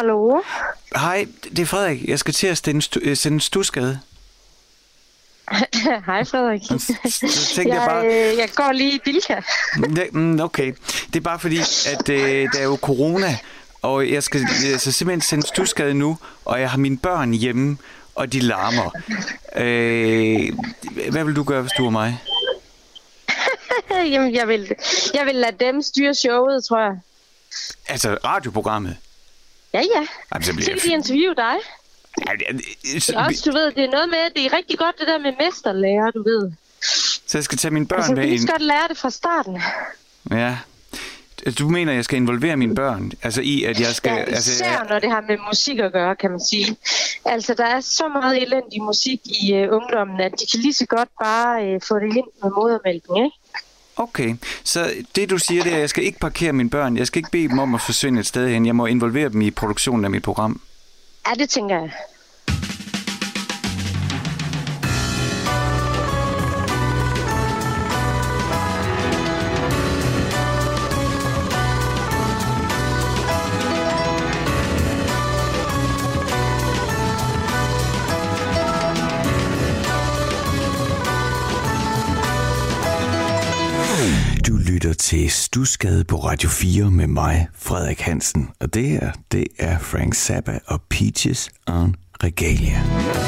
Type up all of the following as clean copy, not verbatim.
Hallo? Hej, det er Frederik. Jeg skal til at sende en stusgade. Hej Frederik. Jeg går lige i Bilka. Okay. Det er bare fordi, at der er jo corona, og jeg skal simpelthen sende en stusgade nu, og jeg har mine børn hjemme, og de larmer. Hvad vil du gøre, hvis du var mig? Jamen, jeg vil lade dem styre showet, tror jeg. Altså radioprogrammet? Ja. Så kan de interviewe dig. Også, du ved, det er noget med, det er rigtig godt det der med mesterlærer, du ved. Så jeg skal tage mine børn med ind? ind? Du skal godt lære det fra starten. Ja. Du mener, jeg skal involvere mine børn? Altså i, at jeg skal... Ja, især når det har med musik at gøre, kan man sige. Altså, der er så meget elendig musik i ungdommen, at de kan lige så godt bare få det ind med modermælken, ikke? Okay, så det du siger, det er, at jeg skal ikke parkere mine børn. Jeg skal ikke bede dem om at forsvinde et sted hen. Jeg må involvere dem i produktionen af mit program. Ja, det tænker jeg. Lytter til Stusgade på Radio 4 med mig, Frederik Hansen. Og det er Frank Zappa og Peaches on Regalia.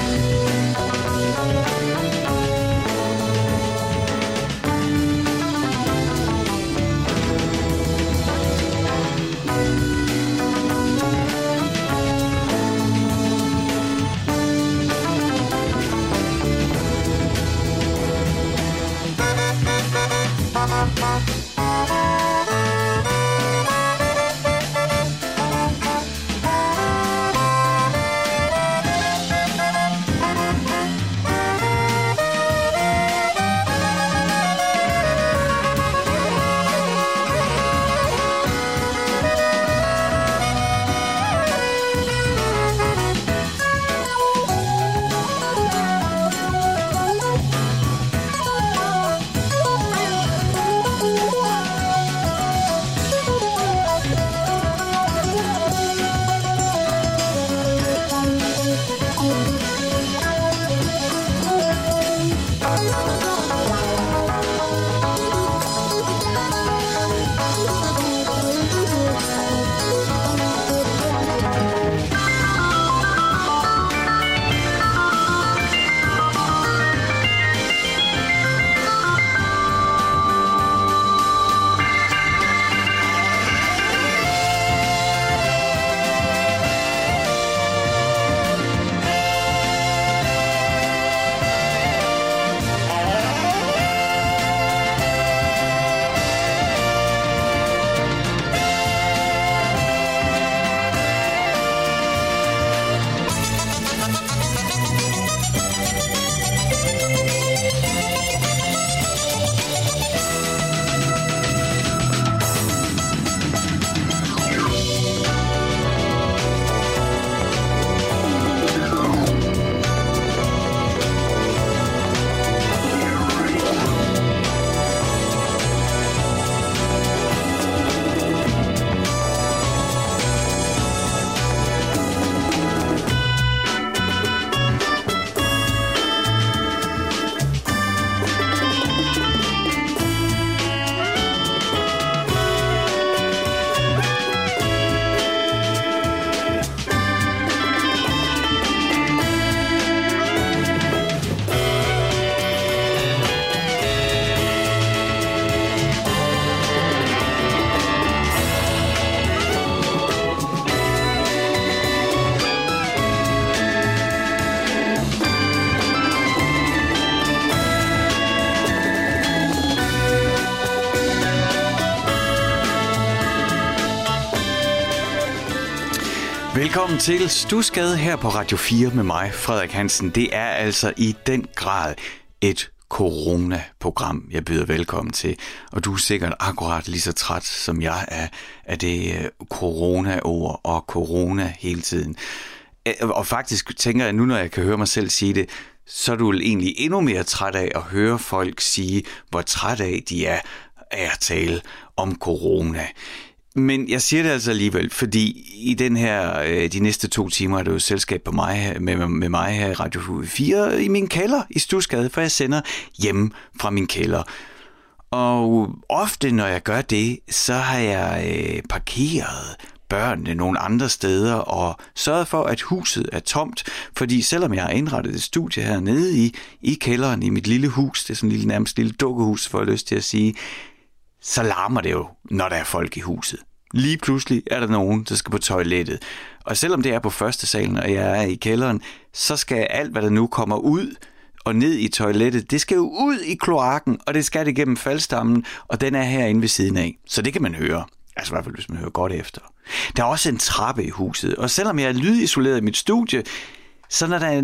Velkommen til Stusgade her på Radio 4 med mig, Frederik Hansen. Det er altså i den grad et corona-program, jeg byder velkommen til. Og du er sikkert akkurat lige så træt, som jeg er af det corona-ord og corona hele tiden. Og faktisk tænker jeg nu, når jeg kan høre mig selv sige det, så er du egentlig endnu mere træt af at høre folk sige, hvor træt af de er af at tale om corona. Men jeg siger det altså alligevel, fordi i den her, de næste 2 timer er det jo selskab på mig, med mig her i Radio 4 i min kælder i Studsgade, for jeg sender hjemme fra min kælder. Og ofte, når jeg gør det, så har jeg parkeret børnene nogle andre steder og sørget for, at huset er tomt. Fordi selvom jeg har indrettet et studie hernede i kælderen i mit lille hus, det er sådan en nærmest lille dukkehus, får jeg lyst til at sige, så larmer det jo, når der er folk i huset. Lige pludselig er der nogen, der skal på toilettet. Og selvom det er på første salen, og jeg er i kælderen, så skal alt, hvad der nu kommer ud og ned i toilettet, det skal jo ud i kloakken, og det skal det gennem faldstammen, og den er herinde ved siden af. Så det kan man høre. Altså i hvert fald, hvis man hører godt efter. Der er også en trappe i huset, og selvom jeg er lydisoleret i mit studie, så når der er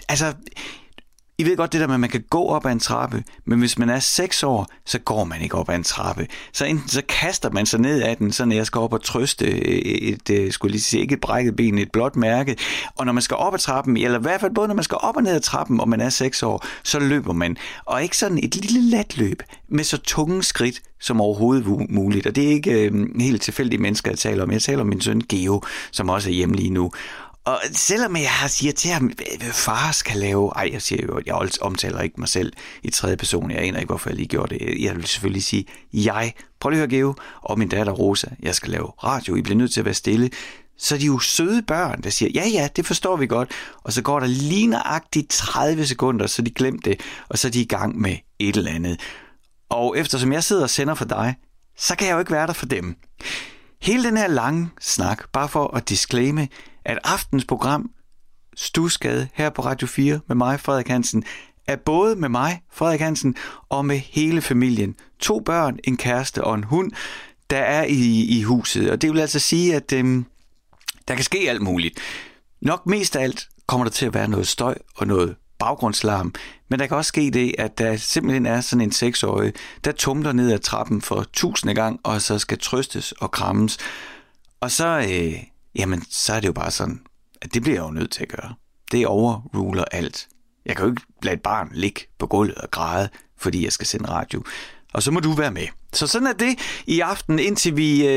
I ved godt det der med, at man kan gå op ad en trappe, men hvis man er 6 år, så går man ikke op ad en trappe. Så enten så kaster man sig ned ad den, så når jeg skal op og trøste ikke et brækket ben, et blåt mærke. Og når man skal op ad trappen, eller i hvert fald både når man skal op og ned ad trappen, og man er 6 år, så løber man. Og ikke sådan et lille let løb, med så tunge skridt som overhovedet muligt. Og det er ikke helt tilfældige mennesker, jeg taler om. Jeg taler om min søn Geo, som også er hjemme lige nu. Og selvom jeg siger til ham, hvad far skal lave... jeg omtaler ikke mig selv i 3. person. Jeg aner ikke, hvorfor jeg lige gjorde det. Jeg vil selvfølgelig sige, prøv lige at høre Geo, og min datter Rosa, jeg skal lave radio. I bliver nødt til at være stille. Så de er jo søde børn, der siger, ja, det forstår vi godt. Og så går der lige nøjagtigt 30 sekunder, så de glemte det, og så er de i gang med et eller andet. Og eftersom jeg sidder og sender for dig, så kan jeg jo ikke være der for dem. Hele den her lange snak, bare for at disclaime, at aftens program, Studsgade, her på Radio 4 med mig, Frederik Hansen, er både med mig, Frederik Hansen, og med hele familien. 2 børn, en kæreste og en hund, der er i huset. Og det vil altså sige, at der kan ske alt muligt. Nok mest af alt kommer der til at være noget støj og noget baggrundslarm, men der kan også ske det, at der simpelthen er sådan en 6-årig, der tumler ned ad trappen for 1000 gang, og så skal trøstes og krammes. Og så, så er det jo bare sådan, at det bliver jeg jo nødt til at gøre. Det overruler alt. Jeg kan jo ikke lade et barn ligge på gulvet og græde, fordi jeg skal sende radio. Og så må du være med. Så sådan er det i aften, indtil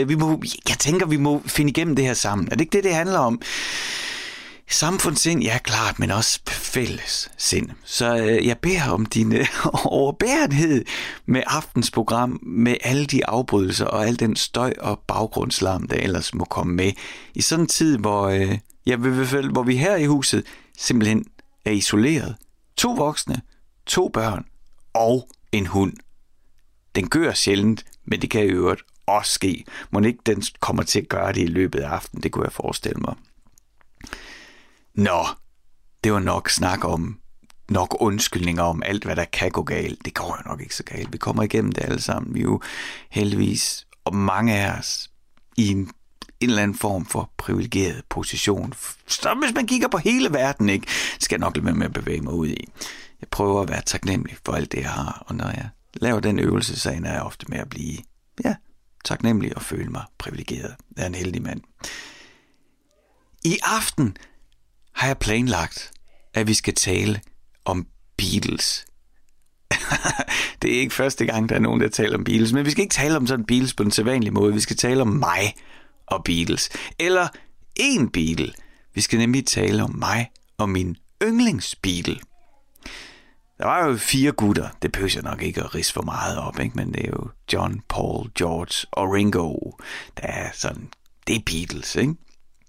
vi må finde igennem det her sammen. Er det ikke det handler om? Samfundssind, ja klart, men også fælles sind. Så jeg beder om din overbærenhed med aftens program, med alle de afbrydelser og al den støj og baggrundslarm, der ellers må komme med. I sådan en tid, hvor vi her i huset simpelthen er isoleret. 2 voksne, 2 børn og en hund. Den gør sjældent, men det kan i øvrigt også ske. Må ikke den kommer til at gøre det i løbet af aftenen, det kunne jeg forestille mig. Nå, det var nok snak om, nok undskyldninger om alt, hvad der kan gå galt. Det går jo nok ikke så galt. Vi kommer igennem det alle sammen. Vi er jo heldigvis, og mange af os, i en eller anden form for privilegeret position. Så hvis man kigger på hele verden, ikke, skal jeg nok lade med at bevæge mig ud i. Jeg prøver at være taknemmelig for alt det, jeg har. Og når jeg laver den øvelse, så ender jeg ofte med at blive taknemmelig og føle mig privilegeret. Jeg er en heldig mand. I aften har jeg planlagt, at vi skal tale om Beatles. Det er ikke første gang, der er nogen, der taler om Beatles, men vi skal ikke tale om sådan Beatles på den sædvanlige måde. Vi skal tale om mig og Beatles. Eller en Beatle. Vi skal nemlig tale om mig og min yndlingsbeatle. Der var jo 4 gutter. Det behøver jeg nok ikke at ridse for meget op, ikke? Men det er jo John, Paul, George og Ringo. Der er sådan, det er Beatles, ikke?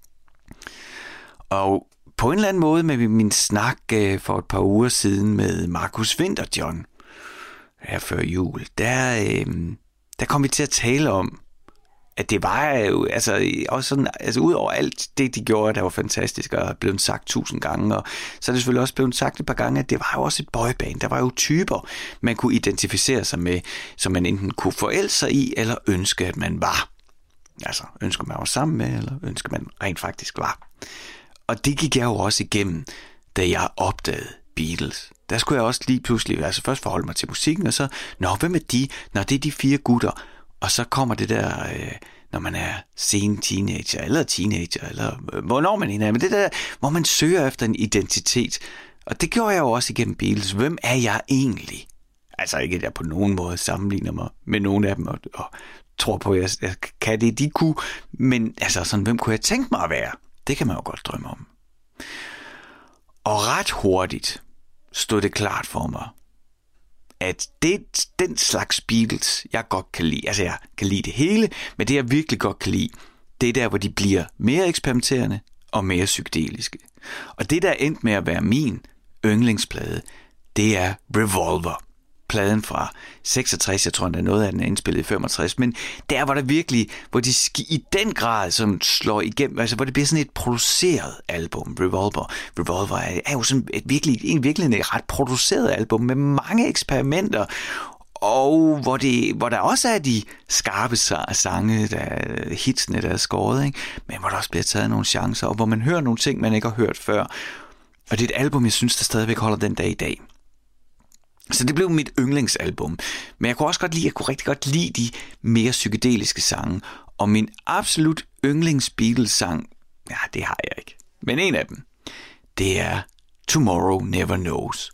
Og på en eller anden måde med min snak for et par uger siden med Markus Winterjohn, her før jul, der kom vi til at tale om, at det var jo, også sådan, ud over alt det, de gjorde, der var fantastisk og er blevet sagt 1000 gange, og så er det selvfølgelig også blevet sagt et par gange, at det var jo også et boyband. Der var jo typer, man kunne identificere sig med, som man enten kunne forelske sig i, eller ønske, at man var. Altså, ønsker man var sammen med, eller ønsker man rent faktisk var. Og det gik jeg jo også igennem, da jeg opdagede Beatles. Der skulle jeg også lige pludselig, først forholde mig til musikken, og så, hvem er de? Det er de 4 gutter. Og så kommer det der, når man er sen teenager, eller hvornår man er, men det der, hvor man søger efter en identitet. Og det gjorde jeg jo også igennem Beatles. Hvem er jeg egentlig? Altså ikke, at jeg på nogen måde sammenligner mig med nogen af dem, og tror på, at jeg kan det, de kunne. Men altså, sådan, hvem kunne jeg tænke mig at være? Det kan man jo godt drømme om. Og ret hurtigt stod det klart for mig, at den slags Beatles, jeg godt kan lide, altså jeg kan lide det hele, men det jeg virkelig godt kan lide, det er der, hvor de bliver mere eksperimenterende og mere psykedeliske. Og det, der endte med at være min yndlingsplade, det er Revolver. Pladen fra 66, jeg tror, der er noget af den er indspillet i 65, men der var der virkelig, hvor de i den grad som slår igennem, altså hvor det bliver sådan et produceret album, Revolver. Revolver er jo sådan virkelig et ret produceret album med mange eksperimenter, og hvor der også er de skarpe sange, hitsene, der er skåret, ikke? Men hvor der også bliver taget nogle chancer, og hvor man hører nogle ting, man ikke har hørt før. Og det er et album, jeg synes, der stadigvæk holder den dag i dag. Så det blev mit yndlingsalbum. Men jeg kunne rigtig godt lide de mere psykedeliske sange. Og min absolut yndlings Beatles-sang, ja, det har jeg ikke. Men en af dem, det er Tomorrow Never Knows.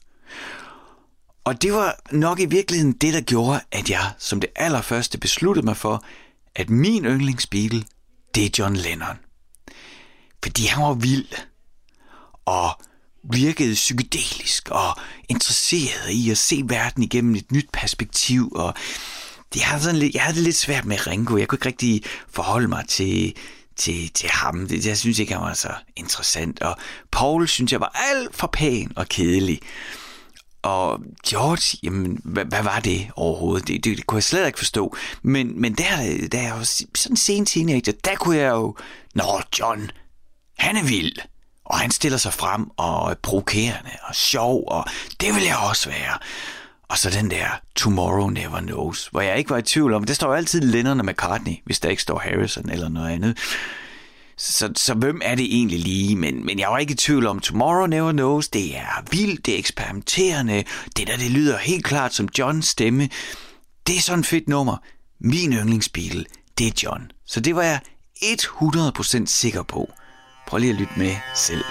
Og det var nok i virkeligheden det, der gjorde, at jeg som det allerførste besluttede mig for, at min yndlings Beatle, det er John Lennon. Fordi han var vild og virkede psykedelisk og interesseret i at se verden igennem et nyt perspektiv, og jeg havde det lidt svært med Ringo. Jeg kunne ikke rigtig forholde mig til ham. Jeg synes ikke, han var så interessant, og Paul synes jeg var alt for pæn og kedelig. Og George, jamen, hvad var det overhovedet? Det kunne jeg slet ikke forstå. Men der jeg var sådan en sen teenager, der kunne jeg jo, John, han er vild. Og han stiller sig frem og er provokerende og sjov, og det vil jeg også være. Og så den der Tomorrow Never Knows, hvor jeg ikke var i tvivl om, det står jo altid Lennon og McCartney, hvis der ikke står Harrison eller noget andet. Så hvem er det egentlig lige? Men jeg var ikke i tvivl om Tomorrow Never Knows, det er vildt, det er eksperimenterende, det lyder helt klart som Johns stemme. Det er sådan et fedt nummer. Min yndlingsbeatle, det er John. Så det var jeg 100% sikker på. Prøv lige at lytte med selv.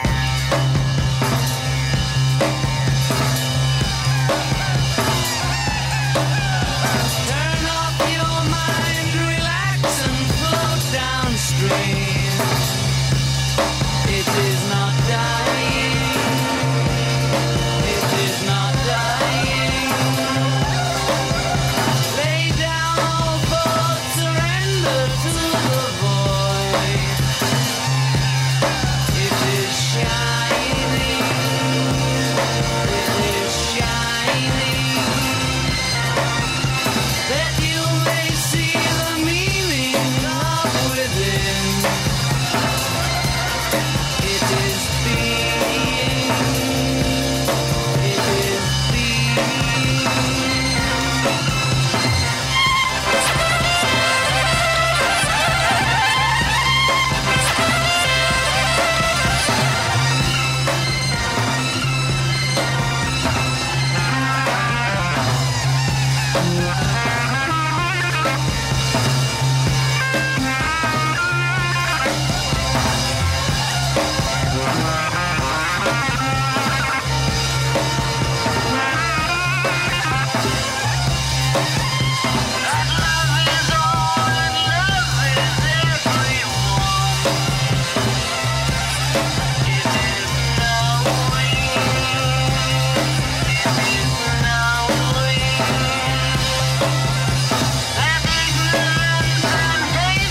Turn off your mind, relax and float downstream. It is not dying. It is not dying. Lay down all thoughts, surrender to the void. It is shining. It is shining. That you may see the meaning of within. It is being. It is being.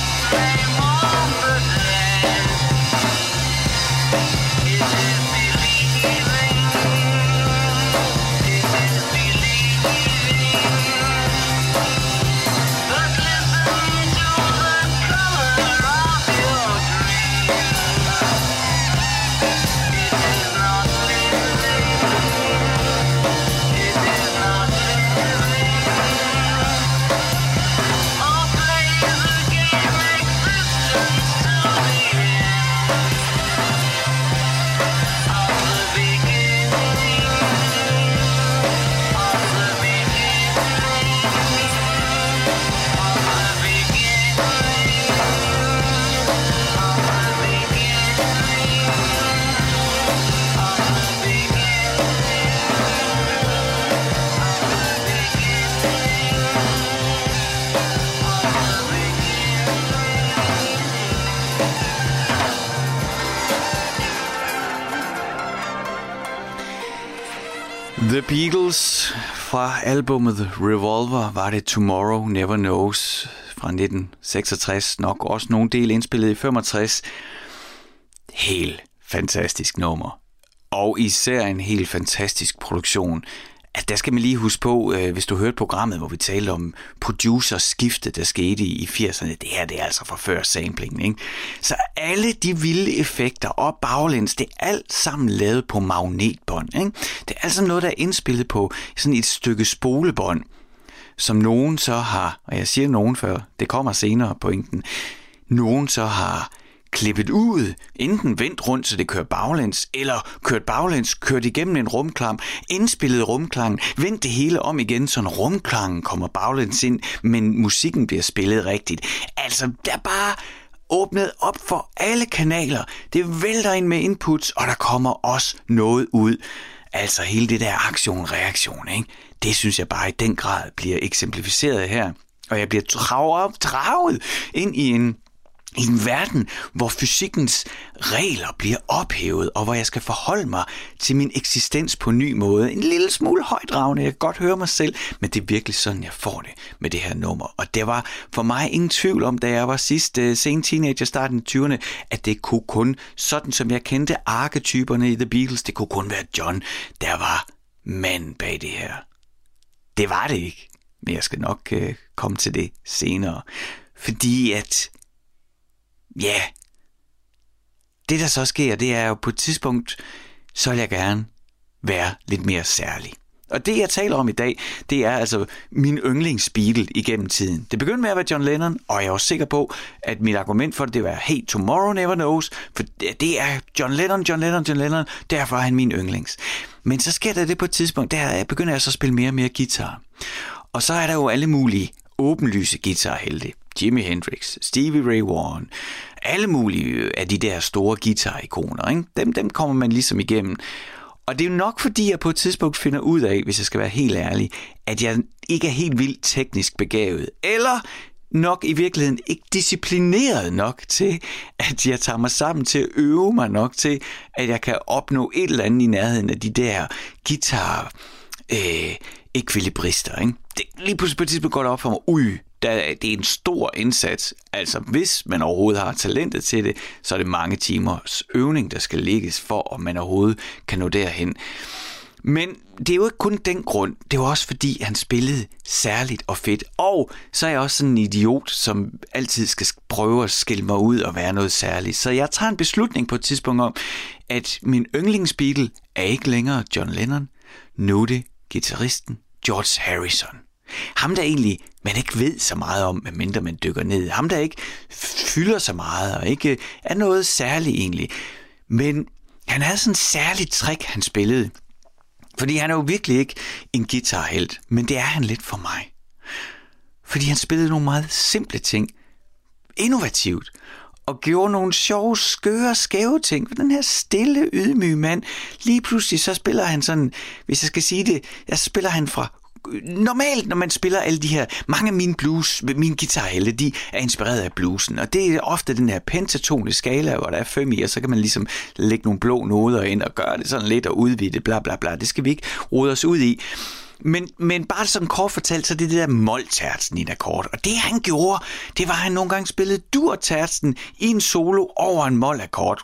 It is belief. The Beatles fra albumet Revolver var det Tomorrow Never Knows fra 1966, nok også nogle del indspillet i 65. Helt fantastisk nummer. Og især en helt fantastisk produktion. Altså, der skal man lige huske på, hvis du hørte programmet, hvor vi talte om producerskiftet, der skete i 80'erne. Det her, det er altså fra før samplingen, ikke? Så alle de vilde effekter og baglæns, det er alt sammen lavet på magnetbånd, ikke? Det er altså noget, der er indspillet på sådan et stykke spolebånd, som nogen så har, og jeg siger nogen før, det kommer senere pointen, nogen så har klippet ud, enten vendt rundt, så det kører baglæns, eller kørt baglæns, kørt igennem en rumklang, indspillet rumklang, vendt det hele om igen, så rumklangen kommer baglæns ind, men musikken bliver spillet rigtigt. Altså, der er bare åbnet op for alle kanaler. Det vælter ind med inputs, og der kommer også noget ud. Altså hele det der aktion-reaktion, ikke? Det synes jeg bare i den grad bliver eksemplificeret her. Og jeg bliver draget ind i en verden, hvor fysikkens regler bliver ophævet, og hvor jeg skal forholde mig til min eksistens på en ny måde. En lille smule højdragende, jeg kan godt høre mig selv, men det er virkelig sådan, jeg får det med det her nummer. Og det var for mig ingen tvivl om, da jeg var sen teenager, starten af 20'erne, at det kunne kun, sådan som jeg kendte arketyperne i The Beatles, det kunne kun være John, der var manden bag det her. Det var det ikke, men jeg skal nok komme til det senere. Fordi at ja, det der så sker, det er jo på et tidspunkt, så vil jeg gerne være lidt mere særlig. Og det jeg taler om i dag, det er altså min yndlingsbeatle igennem tiden. Det begyndte med at være John Lennon, og jeg er også sikker på, at mit argument for det var, hey, Tomorrow Never Knows, for det er John Lennon, derfor er han min yndlings. Men så sker der det på et tidspunkt, der begynder jeg så at spille mere og mere guitar. Og så er der jo alle mulige åbenlyse guitarhelte. Jimi Hendrix, Stevie Ray Vaughan, alle mulige af de der store guitar-ikoner, ikke? Dem kommer man ligesom igennem. Og det er jo nok fordi, jeg på et tidspunkt finder ud af, hvis jeg skal være helt ærlig, at jeg ikke er helt vildt teknisk begavet, eller nok i virkeligheden ikke disciplineret nok til, at jeg tager mig sammen til at øve mig nok til, at jeg kan opnå et eller andet i nærheden af de der guitar ekvilibrister, ikke? Det, lige pludselig på et tidspunkt går det op for mig, det er en stor indsats. Altså, hvis man overhovedet har talentet til det, så er det mange timers øvning, der skal lægges for, at man overhovedet kan nå derhen. Men det er jo ikke kun den grund. Det er jo også fordi, han spillede særligt og fedt. Og så er jeg også sådan en idiot, som altid skal prøve at skille mig ud og være noget særligt. Så jeg tager en beslutning på et tidspunkt om, at min yndlingsbeatle er ikke længere John Lennon. Nu er det guitaristen George Harrison. Ham, der egentlig man ikke ved så meget om, medmindre man dykker ned. Ham, der ikke fylder så meget og ikke er noget særligt egentlig. Men han havde sådan en særligt trick, han spillede. Fordi han er jo virkelig ikke en guitarhelt, men det er han lidt for mig. Fordi han spillede nogle meget simple ting, innovativt, og gjorde nogle sjove, skøre, skæve ting. For den her stille, ydmyge mand, lige pludselig så spiller han sådan, hvis jeg skal sige det, så spiller han fra normalt, når man spiller alle de her, mange af mine guitarhelte, de er inspireret af bluesen, og det er ofte den her pentatoniske skala, hvor der er 5 i, og så kan man ligesom lægge nogle blå noder ind og gøre det sådan lidt og udvide det, bla bla bla. Det skal vi ikke rode os ud i. Men bare sådan kort fortalt, så det der mol-tertsen i en akkord. Og det han gjorde, det var, at han nogle gange spillede dur-tertsen i en solo over en mol-akkord.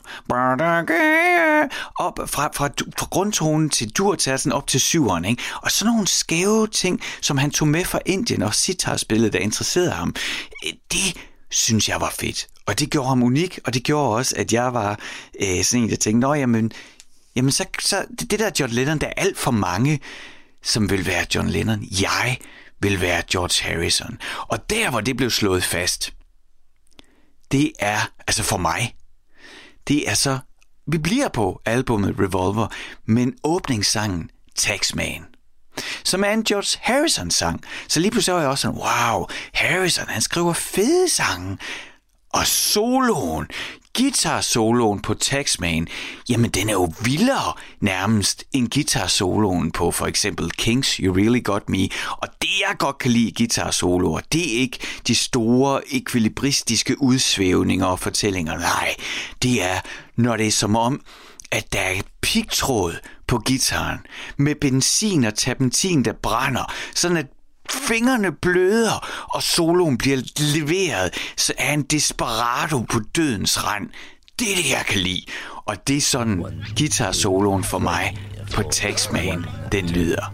Op fra grundtonen til dur-tertsen op til syveren, ikke? Og sådan nogle skæve ting, som han tog med fra Indien og sitar-spillet, der interesserede ham, det synes jeg var fedt. Og det gjorde ham unik, og det gjorde også, at jeg var sådan en, der tænkte, jamen så det der John Lennon, der er alt for mange, som vil være John Lennon. Jeg vil være George Harrison. Og der, hvor det blev slået fast, det er, altså for mig, det er så, vi bliver på albumet Revolver, men åbningssangen Taxman, som er en George Harrison-sang. Så lige pludselig var jeg også sådan, wow, Harrison, han skriver fede sange. Og soloen, guitar-soloen på Taxman, jamen den er jo vildere nærmest end guitar-soloen på for eksempel Kings You Really Got Me. Og det jeg godt kan lide guitar-soloer, det er ikke de store ekvilibristiske udsvævninger og fortællinger. Nej, det er når det er som om, at der er pigtråd på gitaren med benzin og terpentin, der brænder, sådan at fingrene bløder, og soloen bliver leveret, så er en desperado på dødens rand. Det er det, jeg kan lide. Og det er sådan guitar-soloen for mig på Taxman, den lyder.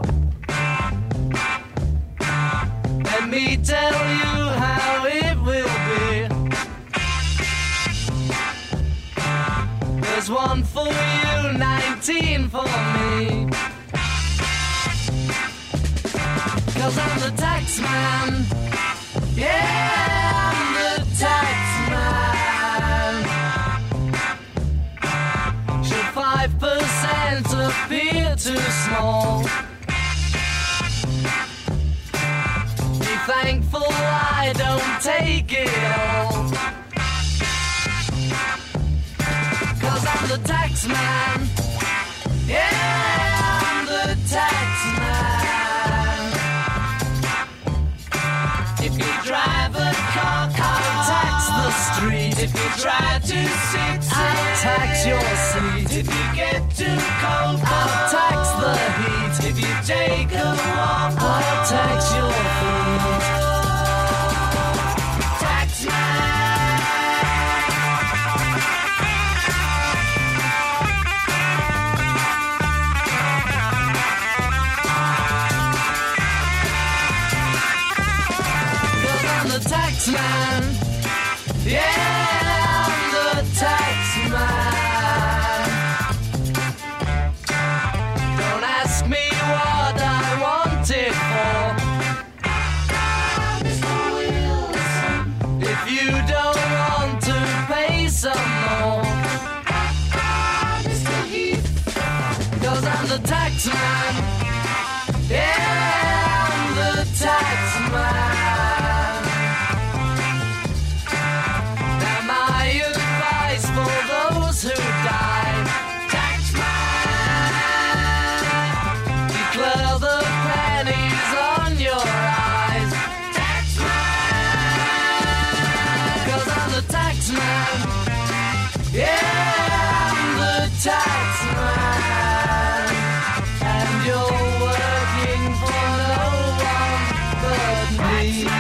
Let me tell you how it will be. There's one for you, 19 for me. 'Cause I'm the tax man. Yeah, I'm the tax man. Should 5% appear too small? Be thankful I don't take it all. 'Cause I'm the tax man. Yeah, I'm the tax man. If you drive a car, I'll tax the street. If you try to sit, I'll tax your seat. If you get too cold, I'll tax the heat. If you take a walk, I'll tax your feet. Tax man. The tax man, yeah, I'm the tax man. Don't ask me what I want it for. If you don't want to pay some more, 'cause I'm the tax man, yeah, I'm the tax man. For those who died, taxman, declare the pennies on your eyes, taxman, 'cause I'm the taxman, yeah, I'm the taxman, and you're working for no one but me.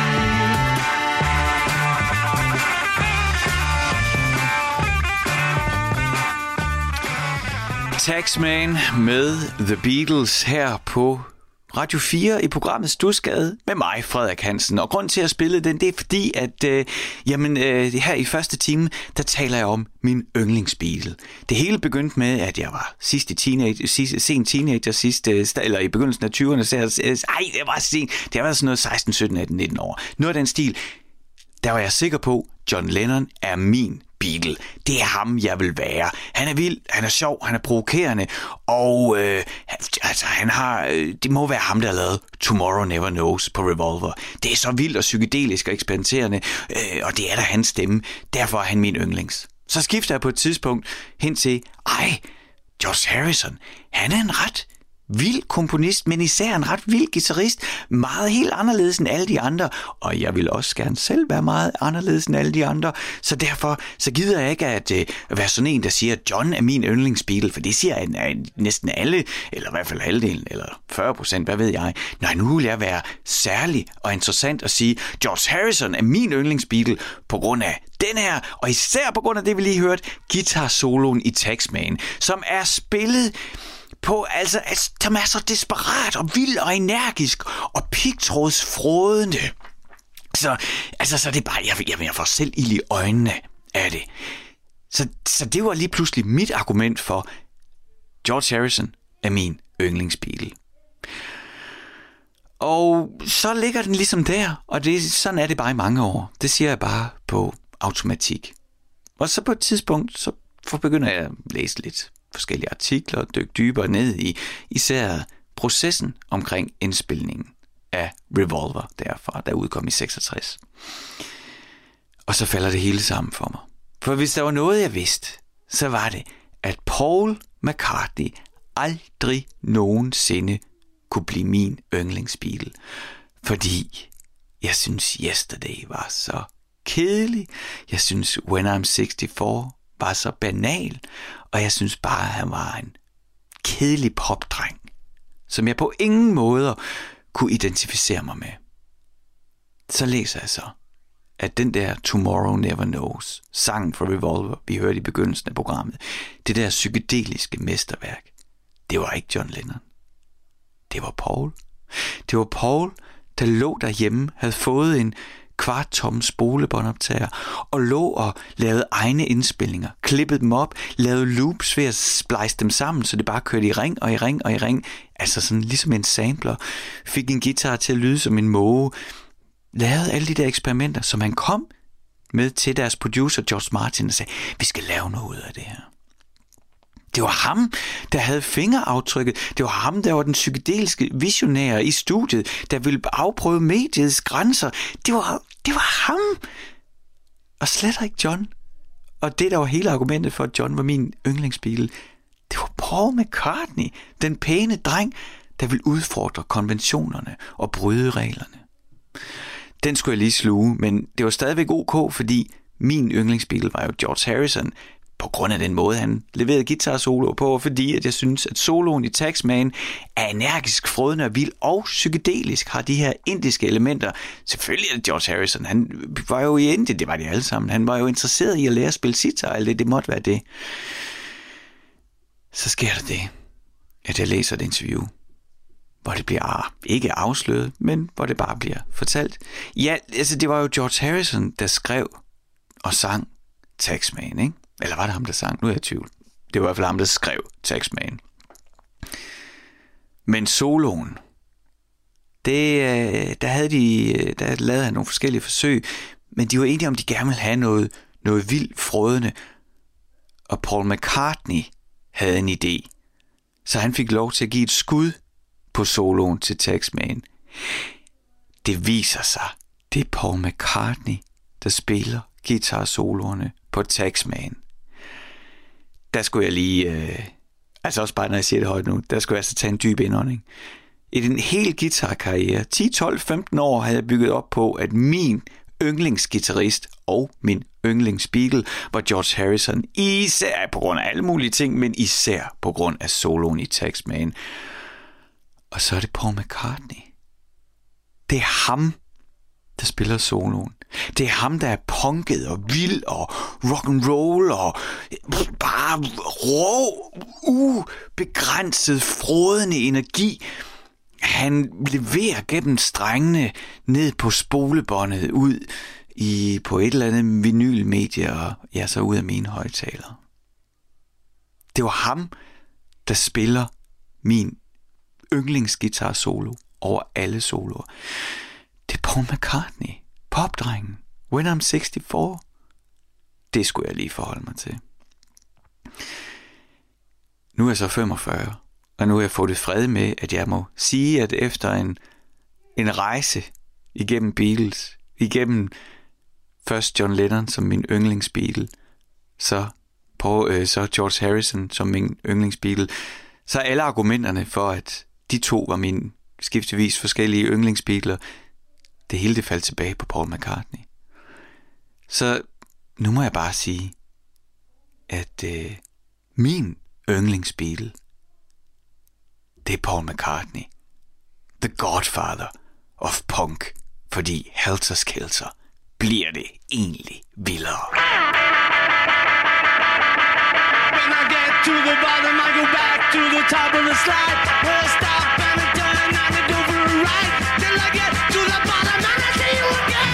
Taxman med The Beatles her på Radio 4 i programmet Stusgade med mig, Frederik Hansen. Og grund til at spille den, det er fordi, at her i første time, der taler jeg om min yndlingsbil. Det hele begyndte med, at jeg var sen teenager, eller i begyndelsen af 20'erne, så det var sent. Det var sådan noget 16, 17, 18, 19 år. Noget af den stil, der var jeg sikker på, John Lennon er min Beatle. Det er ham, jeg vil være. Han er vild, han er sjov, han er provokerende, og han har, det må være ham, der har lavet Tomorrow Never Knows på Revolver. Det er så vildt og psykedelisk og eksperimenterende, og det er da hans stemme. Derfor er han min yndlings. Så skifter jeg på et tidspunkt hen til, George Harrison, han er en ret vild komponist, men især en ret vild guitarist, meget helt anderledes end alle de andre, og jeg vil også gerne selv være meget anderledes end alle de andre, så derfor så gider jeg ikke at være sådan en, der siger, at John er min yndlingsbeatle, for det siger næsten alle, eller i hvert fald halvdelen, eller 40%, hvad ved jeg. Nej, nu vil jeg være særlig og interessant og sige, George Harrison er min yndlingsbeatle på grund af den her, og især på grund af det, vi lige hørte, guitar-soloen i Taxman, som er spillet på, som er så desperat og vild og energisk og pigtrådsfrådende. Så det er bare, jeg får selv ild i øjnene af det. Så det var lige pludselig mit argument for, George Harrison er min yndlingsbeatle. Og så ligger den ligesom der, og sådan er det bare i mange år. Det siger jeg bare på automatik. Og så på et tidspunkt, så begynder jeg at læse lidt forskellige artikler og dykke dybere ned i især processen omkring indspilningen af Revolver derfra, der udkom i 66. Og så falder det hele sammen for mig. For hvis der var noget, jeg vidste, så var det, at Paul McCartney aldrig nogensinde kunne blive min yndlingsbeatle. Fordi jeg synes Yesterday var så kedelig. Jeg synes When I'm 64 var så banal, og jeg synes bare, at han var en kedelig popdreng, som jeg på ingen måder kunne identificere mig med. Så læser jeg så, at den der Tomorrow Never Knows, sangen fra Revolver, vi hørte i begyndelsen af programmet, det der psykedeliske mesterværk, det var ikke John Lennon. Det var Paul. Det var Paul, der lå derhjemme, havde fået en kvarttom spolebåndoptager og lå og lavede egne indspilninger, klippede dem op, lavede loops ved at splice dem sammen, så det bare kørte i ring og i ring og i ring, altså sådan ligesom en sampler, fik en guitar til at lyde som en måge, lavede alle de der eksperimenter, som han kom med til deres producer George Martin og sagde, vi skal lave noget ud af det her. Det var ham, der havde fingeraftrykket. Det var ham, der var den psykedeliske visionær i studiet, der ville afprøve mediets grænser. Det var ham. Og slet ikke John. Og det, der var hele argumentet for, at John var min yndlingsbeatle, det var Paul McCartney, den pæne dreng, der ville udfordre konventionerne og bryde reglerne. Den skulle jeg lige sluge, men det var stadigvæk ok, fordi min yndlingsbeatle var jo George Harrison, på grund af den måde, han leverede guitar-solo på, og fordi at jeg synes, at soloen i Taxman er energisk, frødende og vild og psykedelisk, har de her indiske elementer. Selvfølgelig er det George Harrison, han var jo i Indien, det var de alle sammen. Han var jo interesseret i at lære at spille sitar, eller det måtte være det. Så sker der det, at jeg læser et interview, hvor det bliver ikke afsløret, men hvor det bare bliver fortalt. Ja, altså det var jo George Harrison, der skrev og sang Taxman, ikke? Eller var det ham, der sang? Nu er jeg i tvivl. Det var i hvert fald ham, der skrev Taxman. Men soloen, der lavede han nogle forskellige forsøg, men de var enige om, de gerne ville have noget vildt frådende. Og Paul McCartney havde en idé, så han fik lov til at give et skud på soloen til Taxman. Det viser sig, det er Paul McCartney, der spiller guitar-soloerne på Taxman. Der skulle jeg lige, altså også bare når jeg siger det højt nu, der skulle jeg altså tage en dyb indånding. I den hele guitarkarriere, 10, 12, 15 år, havde jeg bygget op på, at min yndlingsgitarrist og min yndlingsbeatle var George Harrison. Især på grund af alle mulige ting, men især på grund af soloen i Taxman. Og så er det Paul McCartney. Det er ham, der spiller soloen. Det er ham, der er punket og vild og rock and roll og bare rå, ubegrænset, frådende energi. Han leverer gennem strengene ned på spolebåndet ud på et eller andet vinylmedie og ja, så ud af mine højtalere. Det var ham, der spiller min yndlingsgitar solo over alle soloer. Det er Paul McCartney, popdrengen, When I'm 64. Det skulle jeg lige forholde mig til. Nu er jeg så 45, og nu har jeg fået det fred med, at jeg må sige, at efter en rejse igennem Beatles, igennem først John Lennon som min yndlingsbeatle, så George Harrison som min yndlingsbeatle, så alle argumenterne for, at de to var mine skiftevis forskellige yndlingsbeatler, det hele det faldt tilbage på Paul McCartney. Så nu må jeg bare sige, at min yndlingsbeatle, det er Paul McCartney. The Godfather of punk. Fordi Helter Skelter bliver det egentlig vildere. When I get to the bottom, I go back to the top of the slide. Where I stop and I turn and I go for a ride. Till I get to the bottom and I see you again.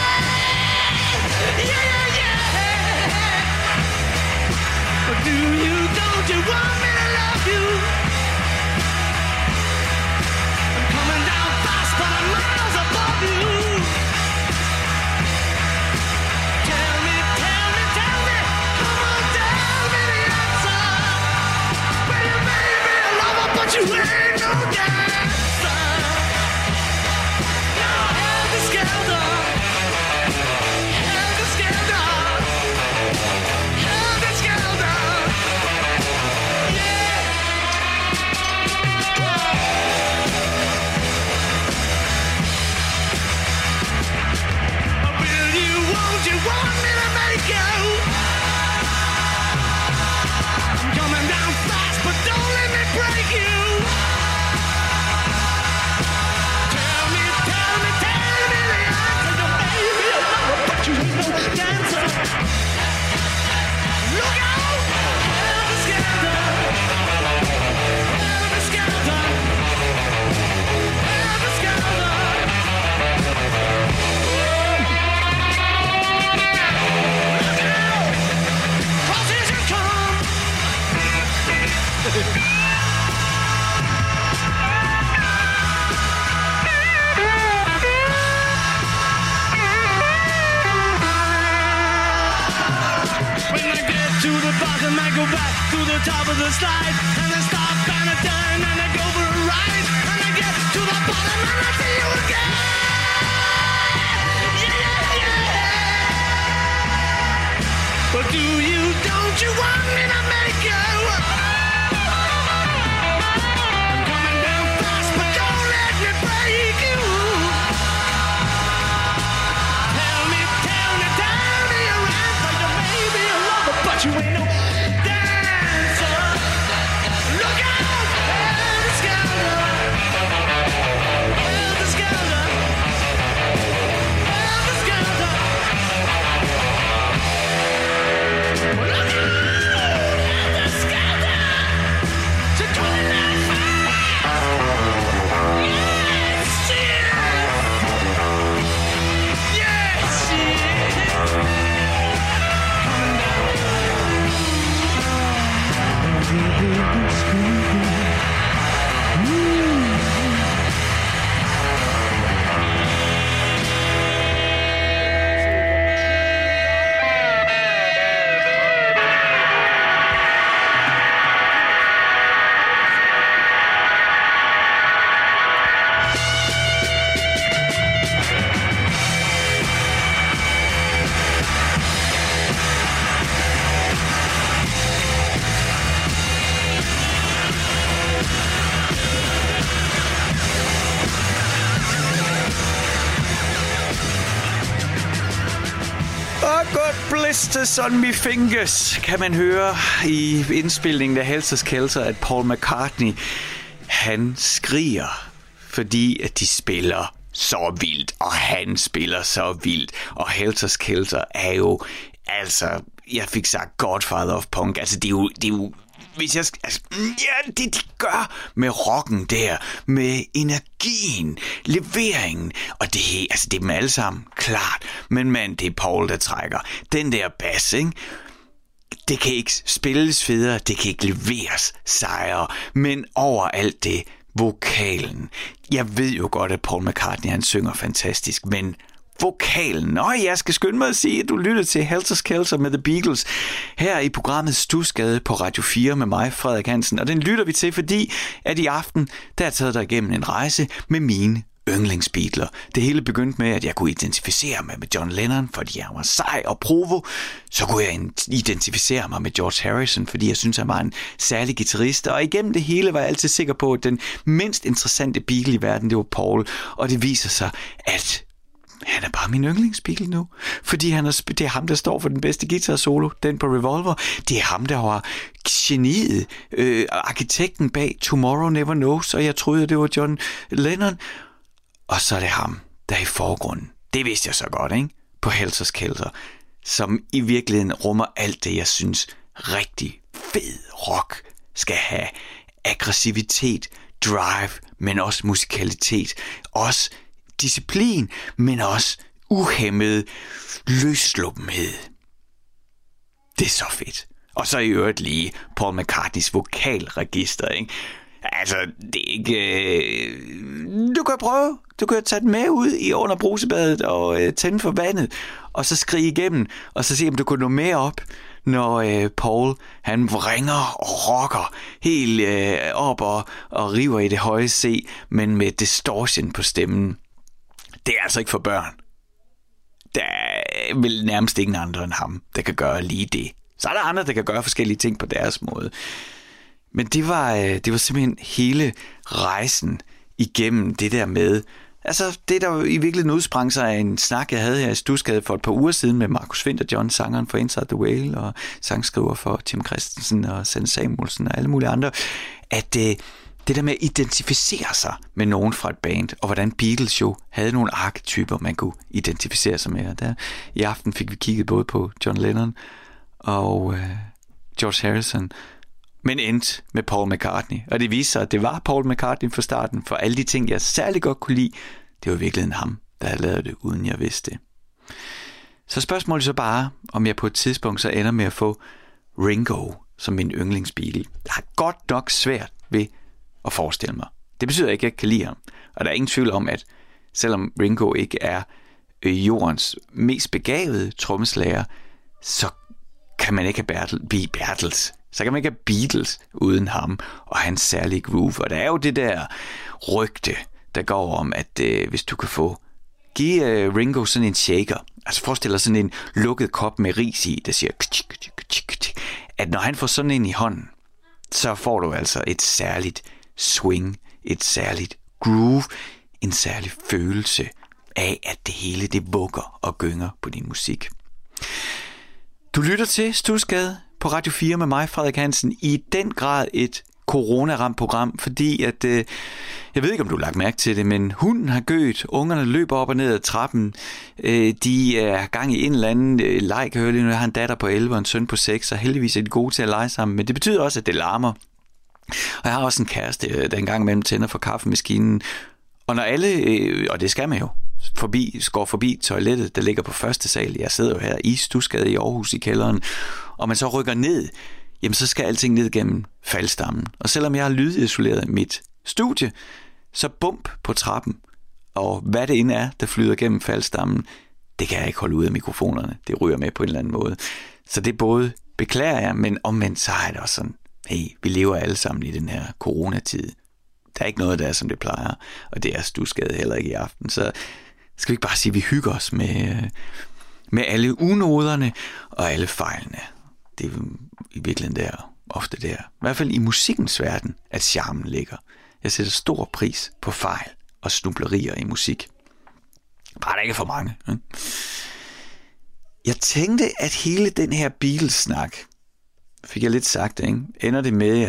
Yeah, yeah. But don't you want me to love you? I'm coming down fast, but I'm miles above you. Tell me, come on, tell me the answer. Well, you made me a lover, but you ain't no To the bottom, I go back to the top of the slide, and I stop and I turn and I go for a ride, and I get to the bottom and I see you again. Yeah, yeah. But don't you want me to make you? I'm coming down fast, but don't let me break you. Tell me you're right, like the baby you love, but you ain't no dancer. Look out, helter skelter, helter skelter, helter skelter. Look out, helter skelter, to come that fast. Yes, she is. Yes, she is. Blisters on me fingers, kan man høre i indspilningen af Helter Skelter, at Paul McCartney, han skriger, fordi at de spiller så vildt, og han spiller så vildt, og Helter Skelter er jo, altså, jeg fik sagt Godfather of Punk, altså det er jo hvis jeg altså, ja, det de gør med rocken der, med energien, leveringen, og det er dem alle sammen, klart. Men mand, det er Paul, der trækker. Den der bass, ikke? Det kan ikke spilles federe, det kan ikke leveres sejre, men over alt det, vokalen. Jeg ved jo godt, at Paul McCartney, han synger fantastisk, men vokalen. Jeg skal skynde mig at sige, at du lytter til Helter Skelter med The Beatles her i programmet Stusgade på Radio 4 med mig, Frederik Hansen. Og den lytter vi til, fordi at i aften, der er taget dig igennem en rejse med mine yndlingsbeatler. Det hele begyndte med, at jeg kunne identificere mig med John Lennon, fordi han var sej og provo. Så kunne jeg identificere mig med George Harrison, fordi jeg synes, han var en særlig guitarist. Og igennem det hele var jeg altid sikker på, at den mindst interessante Beatle i verden, det var Paul. Og det viser sig, at han er bare min yndlingsbeatle nu. Fordi det er ham, der står for den bedste guitar solo, den på Revolver. Det er ham, der var geniet, arkitekten bag Tomorrow Never Knows, og jeg troede, det var John Lennon. Og så er det ham, der er i forgrunden. Det vidste jeg så godt, ikke? På Helter Skelter, som i virkeligheden rummer alt det, jeg synes rigtig fed rock skal have. Aggressivitet, drive, men også musikalitet. Også disciplin, men også uhæmmet løssluppenhed. Det er så fedt. Og så i øvrigt lige Paul McCartneys vokalregister, ikke? Altså, det er ikke... Du kan prøve. Du kan tage den med ud under brusebadet og tænde for vandet, og så skrige igennem, og så se, om du kan nå mere op, når Paul, han vringer og rocker helt op og river i det høje C, men med distortion på stemmen. Det er altså ikke for børn. Der er vel nærmest ingen andre end ham, der kan gøre lige det. Så er der andre, der kan gøre forskellige ting på deres måde. Men det var simpelthen hele rejsen igennem det der med, altså det der i virkeligheden udsprang sig af en snak, jeg havde her i Stusgade for et par uger siden med Markus Winterjohn, sangeren for Inside the Whale, og sangskriver for Tim Christensen og Sanne Samuelsen og alle mulige andre, at det der med at identificere sig med nogen fra et band, og hvordan Beatles jo havde nogle arketyper, man kunne identificere sig med. Og der i aften fik vi kigget både på John Lennon og George Harrison, men endte med Paul McCartney. Og det viste sig, at det var Paul McCartney fra starten, for alle de ting, jeg særlig godt kunne lide, det var i virkeligheden ham, der havde lavet det, uden jeg vidste det. Så spørgsmålet så bare, om jeg på et tidspunkt så ender med at få Ringo som min yndlingsbeatle. Jeg har godt nok svært ved at forestille mig. Det betyder ikke, at jeg ikke kan lide ham. Og der er ingen tvivl om, at selvom Ringo ikke er jordens mest begavede trommeslager, så kan man ikke have Beatles. Så kan man ikke have Beatles uden ham og hans særlige groove. Og der er jo det der rygte, der går om, at hvis du kan give Ringo sådan en shaker, altså forestil dig sådan en lukket kop med ris i, der siger, at når han får sådan en i hånden, så får du altså et særligt swing, et særligt groove, en særlig følelse af, at det hele det vugger og gynger på din musik. Du lytter til Studsgade på Radio 4 med mig, Frederik Hansen, i den grad et corona-ramt program, fordi at, jeg ved ikke, om du har lagt mærke til det, men hunden har gødt, ungerne løber op og ned ad trappen, de er gang i en eller anden leg, jeg hører lige nu, jeg har en datter på 11 og en søn på 6, og heldigvis er de gode til at lege sammen, men det betyder også, at det larmer. Og jeg har også en kæreste, der engang imellem tænder for kaffemaskinen, og når alle, og det skal man jo, går forbi toilettet, der ligger på første sal, jeg sidder jo her i Studsgade i Aarhus i kælderen, og man så rykker ned, jamen så skal alting ned gennem faldstammen. Og selvom jeg har lydisoleret mit studie, så bump på trappen, og hvad det end er, der flyder gennem faldstammen, det kan jeg ikke holde ud af mikrofonerne. Det ryger med på en eller anden måde. Så det både beklager jeg, men omvendt så er det også sådan, hey, vi lever alle sammen i den her coronatid. Der er ikke noget, der er, som det plejer, og det er Studsgade heller ikke i aften. Så skal vi ikke bare sige, at vi hygger os med alle unoderne og alle fejlene. Det er i virkeligheden ofte der. I hvert fald i musikkens verden, at charmen ligger. Jeg sætter stor pris på fejl og snublerier i musik. Bare der ikke er for mange. Ikke? Jeg tænkte, at hele den her Beatles-snak, fik jeg lidt sagt, ikke? Ender det med,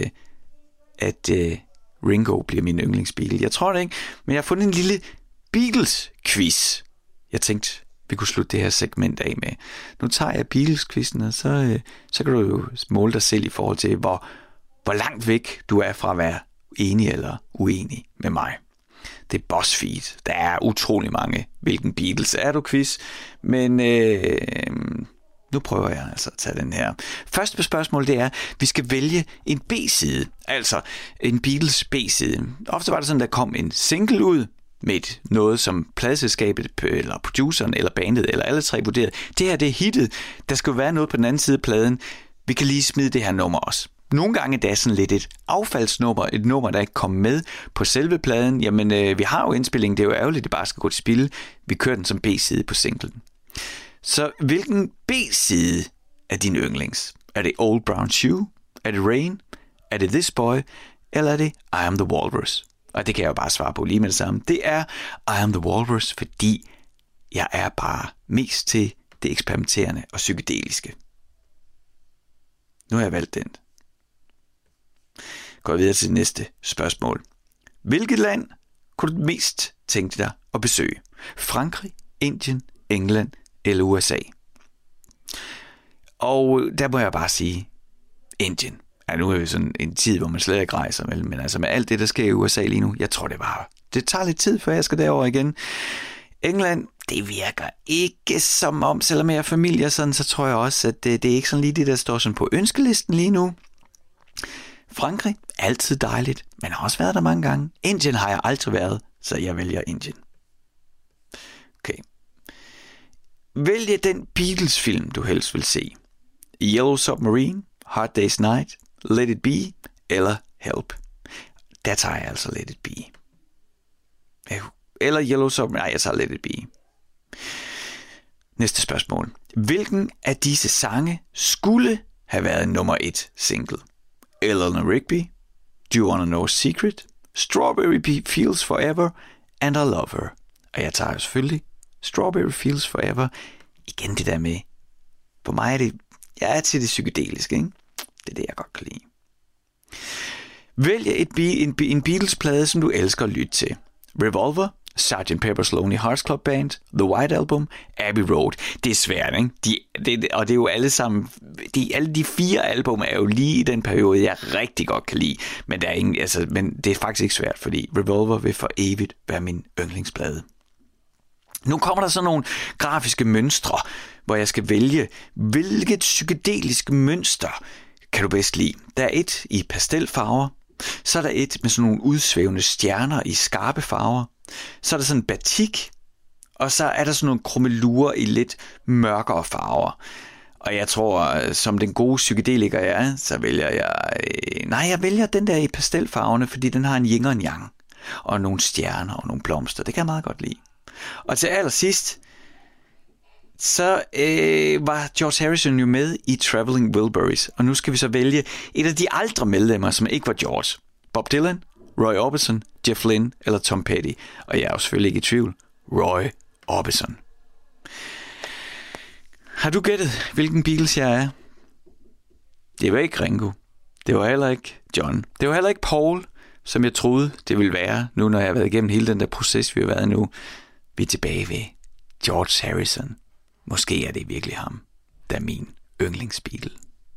at Ringo bliver min yndlingsbeatle. Jeg tror det ikke, men jeg har fundet en lille Beatles-quiz. Jeg tænkte, vi kunne slutte det her segment af med. Nu tager jeg Beatles-quizzen, og så kan du jo måle dig selv i forhold til, hvor langt væk du er fra at være enig eller uenig med mig. Det er BuzzFeed. Der er utrolig mange, hvilken Beatles er du quiz, men nu prøver jeg altså at tage den her. Første spørgsmål, det er, vi skal vælge en B-side, altså en Beatles B-side. Ofte var det sådan, der kom en single ud, med noget, som pladeselskabet, eller produceren, eller bandet, eller alle tre vurderede. Det her, det er hittet. Der skal jo være noget på den anden side af pladen. Vi kan lige smide det her nummer også. Nogle gange det er sådan lidt et affaldsnummer, et nummer, der ikke kommer med på selve pladen. Jamen, vi har jo indspillingen, det er jo ærgerligt, det bare skal gå til spil. Vi kører den som B-side på singlen. Så hvilken B-side er din yndlings? Er det Old Brown Shoe? Er det Rain? Er det This Boy? Eller er det I Am The Walrus? Og det kan jeg jo bare svare på lige med det samme. Det er I Am The Walrus, fordi jeg er bare mest til det eksperimenterende og psykedeliske. Nu har jeg valgt den. Går videre til det næste spørgsmål. Hvilket land kunne du mest tænke dig at besøge? Frankrig, Indien, England eller USA? Og der må jeg bare sige Indien. Ja, nu er vi sådan en tid, hvor man slet ikke rejser, men altså med alt det, der sker i USA lige nu, jeg tror det tager lidt tid, før jeg skal derover igen. England, det virker ikke som om, selvom jeg er familie sådan, så tror jeg også, at det er ikke sådan lige det, der står sådan på ønskelisten lige nu. Frankrig, altid dejligt, men har også været der mange gange. Indien har jeg aldrig været, så jeg vælger Indien. Okay. Vælg den Beatles-film, du helst vil se. Yellow Submarine, Hard Day's Night, Let It Be eller Help. Der tager jeg altså Let It Be. Eller Yellow Submarine. Nej, jeg tager Let It Be. Næste spørgsmål. Hvilken af disse sange skulle have været nummer 1 single? Eleanor Rigby, Do You Wanna Know a Secret, Strawberry Fields Forever and I Love Her. Og jeg tager selvfølgelig Strawberry Fields Forever. Igen det der med, for mig er det, jeg er til det psykedeliske, ikke? Det er det, jeg godt kan lide. Vælg en Beatles-plade, som du elsker at lytte til. Revolver, Sgt. Pepper's Lonely Hearts Club Band, The White Album, Abbey Road. Det er svært, ikke? Og det er jo alle sammen, alle de 4 album er jo lige i den periode, jeg rigtig godt kan lide. Men, men det er faktisk ikke svært, fordi Revolver vil for evigt være min yndlingsplade. Nu kommer der så nogle grafiske mønstre, hvor jeg skal vælge, hvilket psykedelisk mønster kan du bedst lide? Der er et i pastelfarver, så er der et med sådan nogle udsvævende stjerner i skarpe farver, så er der sådan en batik, og så er der sådan nogle krummelurer i lidt mørkere farver. Og jeg tror, som den gode psykedeliker jeg er, så vælger jeg vælger den der i pastelfarverne, fordi den har en yin og en yang, og nogle stjerner og nogle blomster. Det kan jeg meget godt lide. Og til allersidst, så var George Harrison jo med i Traveling Wilburys, og nu skal vi så vælge et af de aldre medlemmer, som ikke var George. Bob Dylan, Roy Orbison, Jeff Lynne eller Tom Petty. Og jeg er jo selvfølgelig ikke i tvivl. Roy Orbison. Har du gættet, hvilken Beatles jeg er? Det var ikke Ringo. Det var heller ikke John. Det var heller ikke Paul, som jeg troede, det ville være, nu når jeg har været igennem hele den der proces, vi har været nu. Vi er tilbage ved George Harrison. Måske er det virkelig ham, der er min yndlingsbeatle.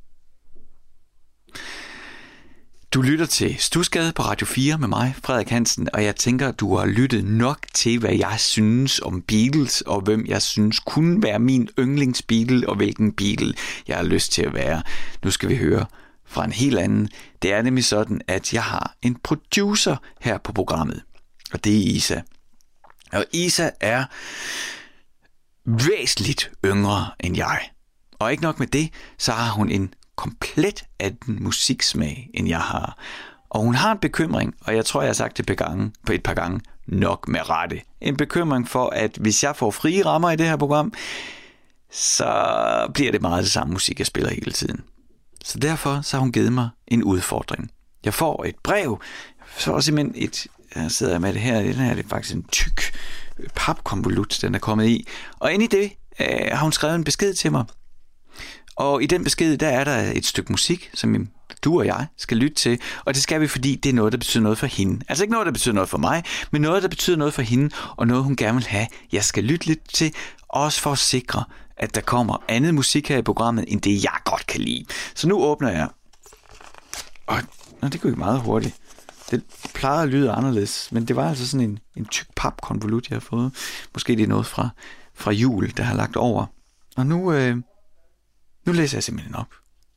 Du lytter til Stusgade på Radio 4 med mig, Frederik Hansen, og jeg tænker, at du har lyttet nok til, hvad jeg synes om Beatles, og hvem jeg synes kunne være min yndlingsbeatle, og hvilken Beatle jeg har lyst til at være. Nu skal vi høre fra en helt anden. Det er nemlig sådan, at jeg har en producer her på programmet, og det er Isa. Og Isa er væsentligt yngre end jeg. Og ikke nok med det, så har hun en komplet anden musiksmag, end jeg har. Og hun har en bekymring, og jeg tror, jeg har sagt det et par gange, nok med rette. En bekymring for, at hvis jeg får frie rammer i det her program, så bliver det meget det samme musik, jeg spiller hele tiden. Så derfor så har hun givet mig en udfordring. Jeg får et brev, så simpelthen jeg sidder med det her, den her det er faktisk en tyk papkonvolut, den er kommet i. Og inde i det har hun skrevet en besked til mig. Og i den besked, der er der et stykke musik, som du og jeg skal lytte til. Og det skal vi, fordi det er noget, der betyder noget for hende. Altså ikke noget, der betyder noget for mig, men noget, der betyder noget for hende, og noget, hun gerne vil have, jeg skal lytte lidt til, også for at sikre, at der kommer andet musik her i programmet, end det, jeg godt kan lide. Så nu åbner jeg. Og det går ikke meget hurtigt. Det plejer at lyde anderledes, men det var altså sådan en tyk papkonvolut, jeg har fået. Måske det er noget fra jul, der har lagt over. Og nu læser jeg simpelthen op.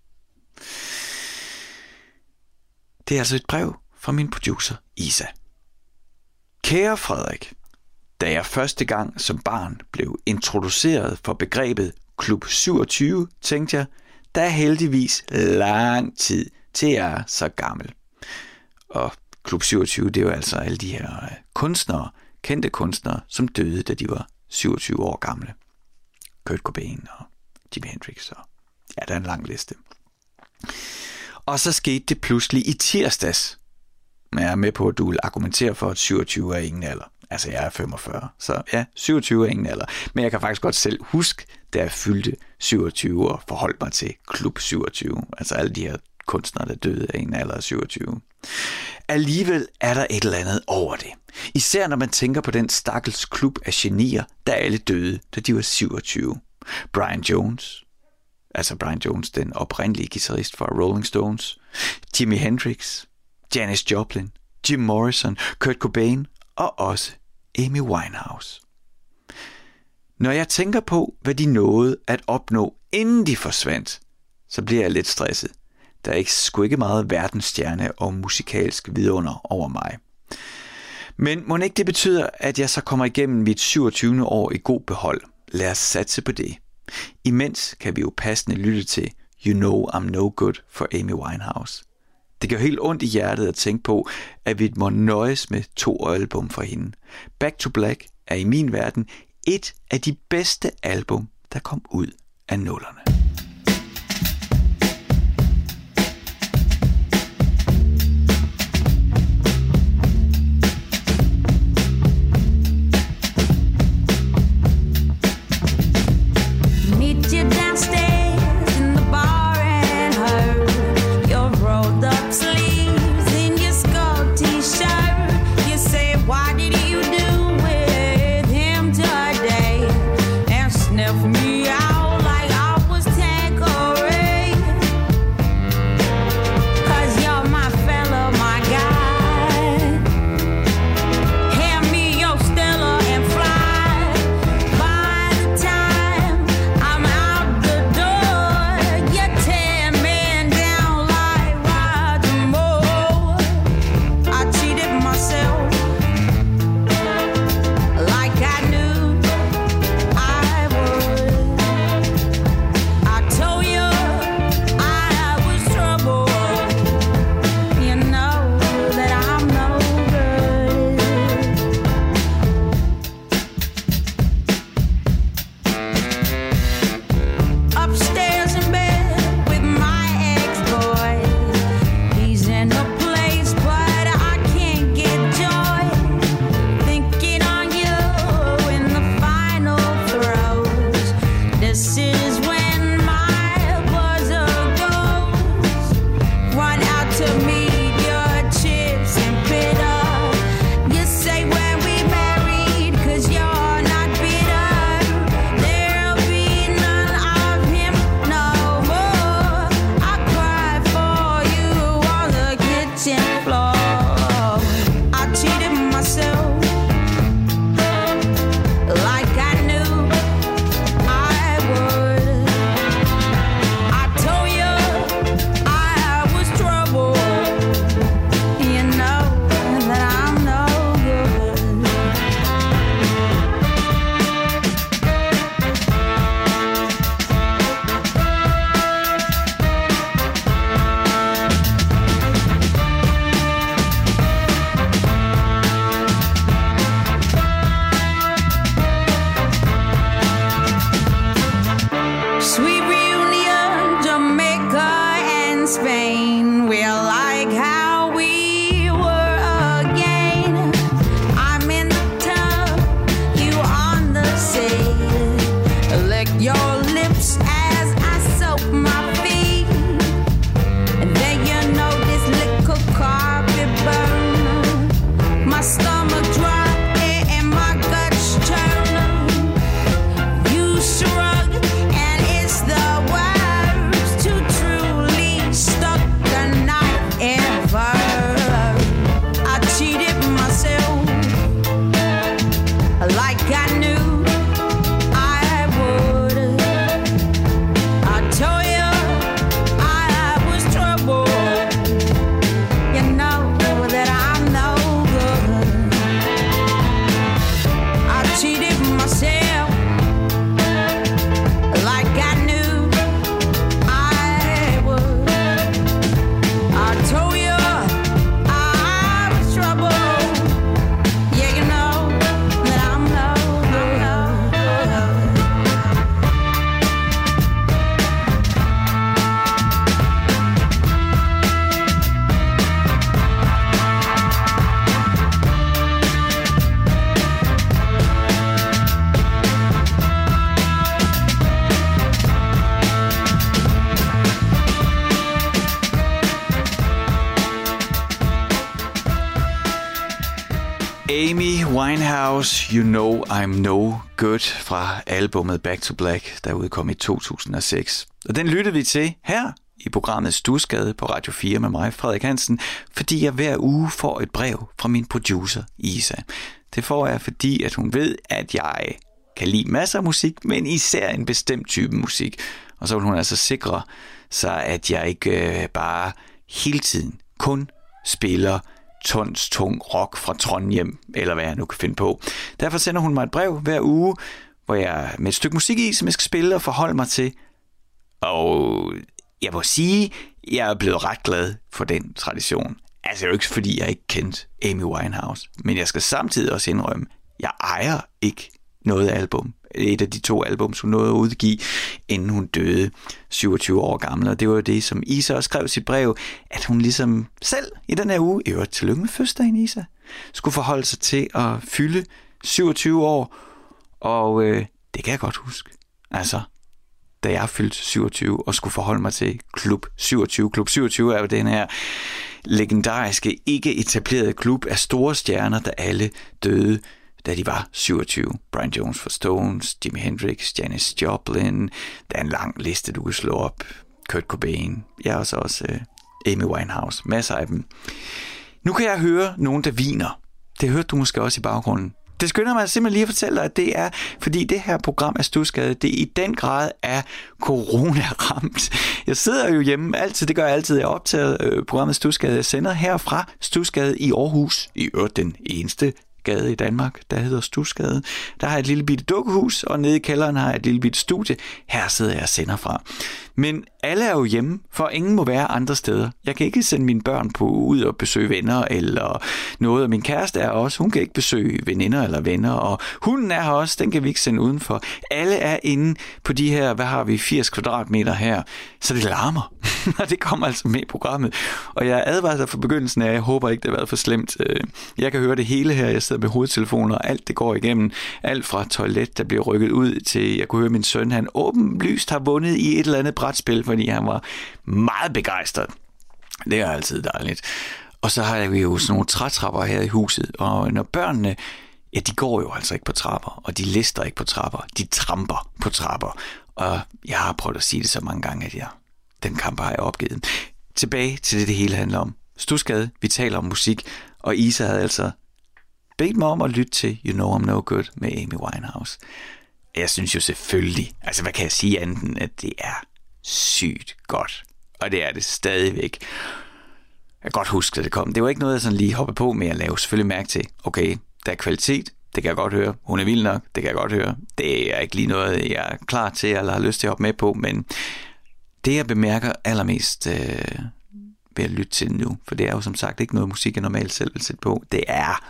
Det er altså et brev fra min producer, Isa. Kære Frederik, da jeg første gang som barn blev introduceret for begrebet Klub 27, tænkte jeg, der er heldigvis lang tid til jeg er så gammel. Og Klub 27, det er jo altså alle de her kunstnere, kendte kunstnere, som døde, da de var 27 år gamle. Kurt Cobain og Jimi Hendrix og ja, der er en lang liste. Og så skete det pludselig i tirsdags. Men jeg er med på, at du vil argumentere for, at 27 er ingen alder. Altså, jeg er 45, så ja, 27 er ingen alder. Men jeg kan faktisk godt selv huske, da jeg fyldte 27 og forholdt mig til Klub 27. Altså alle de her kunstnere, der døde af en alder af 27. Alligevel er der et eller andet over det. Især når man tænker på den stakkels klub af genier, der alle døde, da de var 27. Brian Jones, den oprindelige guitarist for Rolling Stones, Jimi Hendrix, Janis Joplin, Jim Morrison, Kurt Cobain og også Amy Winehouse. Når jeg tænker på, hvad de nåede at opnå, inden de forsvandt, så bliver jeg lidt stresset. Der er sgu ikke meget verdensstjerne og musikalsk vidunder over mig. Men må ikke det betyder, at jeg så kommer igennem mit 27. år i god behold? Lad os satse på det. Imens kan vi jo passende lytte til You Know I'm No Good for Amy Winehouse. Det gør helt ondt i hjertet at tænke på, at vi må nøjes med 2 album fra hende. Back to Black er i min verden et af de bedste album, der kom ud af 00'erne. Me out like I was we were again. I'm in the tub, you on the sea. Lick your lips as I soak my feet. And then you know this little carpet burn. My stomach drop and my guts turn. You shrug and it's the words to truly stuck the night ever. I cheated myself like I knew I would. I told you I was trouble. You know that I'm no good. I cheated myself like I knew I would. I told you I was trouble. Yeah, you know that I'm no good. Amy Winehouse, You Know I'm No Good fra albumet Back to Black, der udkom i 2006. Og den lyttede vi til her i programmet Stusgade på Radio 4 med mig, Frederik Hansen, fordi jeg hver uge får et brev fra min producer, Isa. Det får jeg, fordi at hun ved, at jeg kan lide masser af musik, men især en bestemt type musik. Og så vil hun altså sikre sig, at jeg ikke bare hele tiden kun spiller tonstung rock fra Trondheim, eller hvad jeg nu kan finde på. Derfor sender hun mig et brev hver uge, hvor jeg med et stykke musik i, som jeg skal spille og forholde mig til. Og jeg må sige, jeg er blevet ret glad for den tradition. Altså det er jo ikke fordi, jeg ikke kendt Amy Winehouse, men jeg skal samtidig også indrømme, jeg ejer ikke noget album. Et af de 2 album, hun nåede at udgive, inden hun døde 27 år gammel. Og det var det, som Isa også skrev i sit brev, at hun ligesom selv i den her uge, øvrigt tillykke med fødselsdagen, Isa, skulle forholde sig til at fylde 27 år. Og det kan jeg godt huske. Altså, da jeg fyldte 27 og skulle forholde mig til Klub 27. Klub 27 er jo den her legendariske, ikke etablerede klub af store stjerner, der alle døde, da de var 27. Brian Jones for Stones, Jimi Hendrix, Janis Joplin. Der er en lang liste, du kan slå op. Kurt Cobain. Ja, og så også Amy Winehouse. Masser af dem. Nu kan jeg høre nogen, der viner. Det hørte du måske også i baggrunden. Det skynder mig simpelthen lige at fortælle dig, at det er, fordi det her program er Stusgade, det i den grad er corona-ramt. Jeg sidder jo hjemme altid, det gør jeg altid, jeg optager programmet Stusgade. Jeg sender herfra Stusgade i Aarhus, i øvrigt den eneste gade i Danmark, der hedder Stusgade. Der har jeg et lille bitte dukkehus, og nede i kælderen har jeg et lille bitte studie. Her sidder jeg og sender fra. Men alle er jo hjemme, for ingen må være andre steder. Jeg kan ikke sende mine børn ud og besøge venner eller noget, og min kæreste er også. Hun kan ikke besøge veninder eller venner, og hunden er her også, den kan vi ikke sende udenfor. Alle er inde på de her, hvad har vi, 80 kvadratmeter her, så det larmer. Og det kommer altså med i programmet. Og jeg advarer dig fra begyndelsen af, jeg håber ikke, det har været for slemt. Jeg kan høre det hele her, jeg sidder med hovedtelefoner, og alt det går igennem. Alt fra toilet, der bliver rykket ud, til jeg kunne høre min søn, han åbenlyst har vundet i et eller andet brætspil, fordi han var meget begejstret. Det er altid dejligt. Og så har vi jo sådan nogle trætrapper her i huset, og når børnene, ja, de går jo altså ikke på trapper, og de lister ikke på trapper, de tramper på trapper. Og jeg har prøvet at sige det så mange gange, at den kamp har jeg opgivet. Tilbage til det hele handler om. Stusgade, vi taler om musik, og Isa havde altså bedt mig om at lytte til You Know I'm No Good med Amy Winehouse. Jeg synes jo selvfølgelig, altså hvad kan jeg sige andet end, at det er sygt godt. Og det er det stadigvæk. Jeg kan godt huske, at det kom. Det var ikke noget, jeg sådan lige hoppede på med at lave selvfølgelig mærke til. Okay, der er kvalitet, det kan jeg godt høre. Hun er vild nok, det kan jeg godt høre. Det er ikke lige noget, jeg er klar til eller har lyst til at hoppe med på, men det jeg bemærker allermest ved at lytte til nu, for det er jo som sagt ikke noget musik, jeg normalt selv vil sætte på, det er...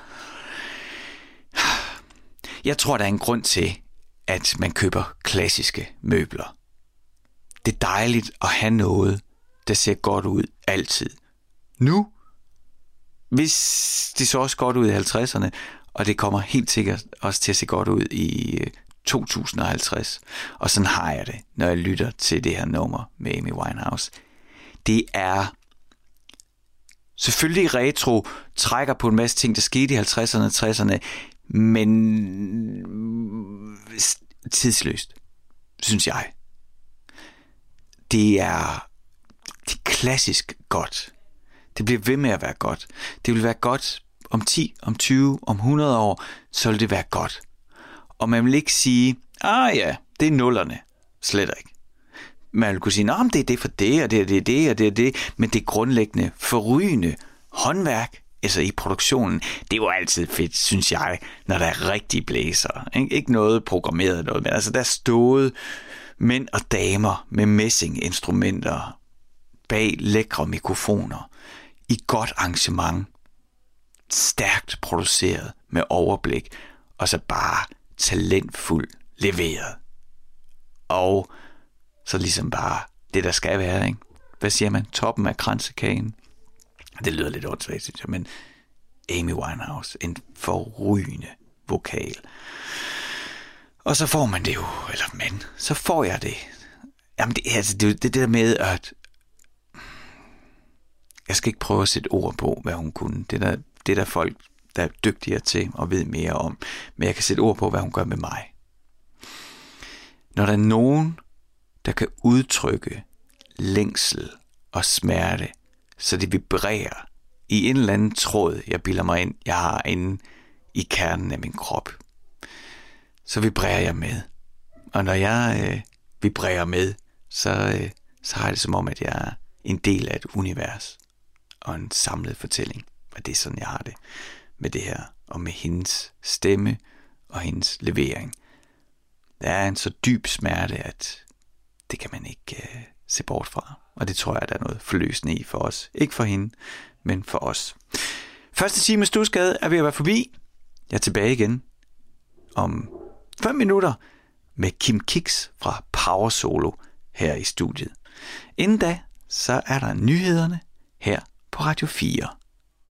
Jeg tror, der er en grund til, at man køber klassiske møbler. Det er dejligt at have noget, der ser godt ud altid. Nu hvis det så også godt ud i 50'erne, og det kommer helt sikkert også til at se godt ud i 2050. Og sådan har jeg det, når jeg lytter til det her nummer med Amy Winehouse. Det er selvfølgelig retro, trækker på en masse ting, der skete i 50'erne og 60'erne, men tidsløst, synes jeg. Det er klassisk godt. Det bliver ved med at være godt. Det vil være godt om 10, om 20, om 100 år, så vil det være godt. Og man vil ikke sige, ja, det er nullerne. Slet ikke. Man vil kunne sige, men det er det for det, og det er det, og det er det. Men det grundlæggende, forrygende håndværk, altså i produktionen, det er jo altid fedt, synes jeg, når der er rigtige blæser. Ikke noget programmeret noget, men altså der er stået mænd og damer med messinginstrumenter bag lækre mikrofoner i godt arrangement, stærkt produceret med overblik, og så bare talentfuldt leveret. Og så ligesom bare det, der skal være, ikke? Hvad siger man? Toppen af kransekagen. Det lyder lidt åndssvagt, synes jeg, men Amy Winehouse, en forrygende vokal. Og så får man det jo, så får jeg det. Jamen, det der med, at jeg skal ikke prøve at sætte ord på, hvad hun kunne. Det der folk, der er dygtigere til og ved mere om. Men jeg kan sætte ord på, hvad hun gør med mig. Når der er nogen, der kan udtrykke længsel og smerte, så det vibrerer i en eller anden tråd, jeg bilder mig ind, jeg har inde i kernen af min krop, så vibrerer jeg med. Og når jeg vibrerer med, så har jeg det som om, at jeg er en del af et univers og en samlet fortælling. Og det er sådan, jeg har det med det her, og med hendes stemme og hendes levering. Der er en så dyb smerte, at det kan man ikke se bort fra. Og det tror jeg, der er noget forløsende i for os. Ikke for hende, men for os. Første time med Studsgade er ved at være forbi. Jeg er tilbage igen om 5 minutter med Kim Kix fra Power Solo her i studiet. Inden da, så er der nyhederne her på Radio 4.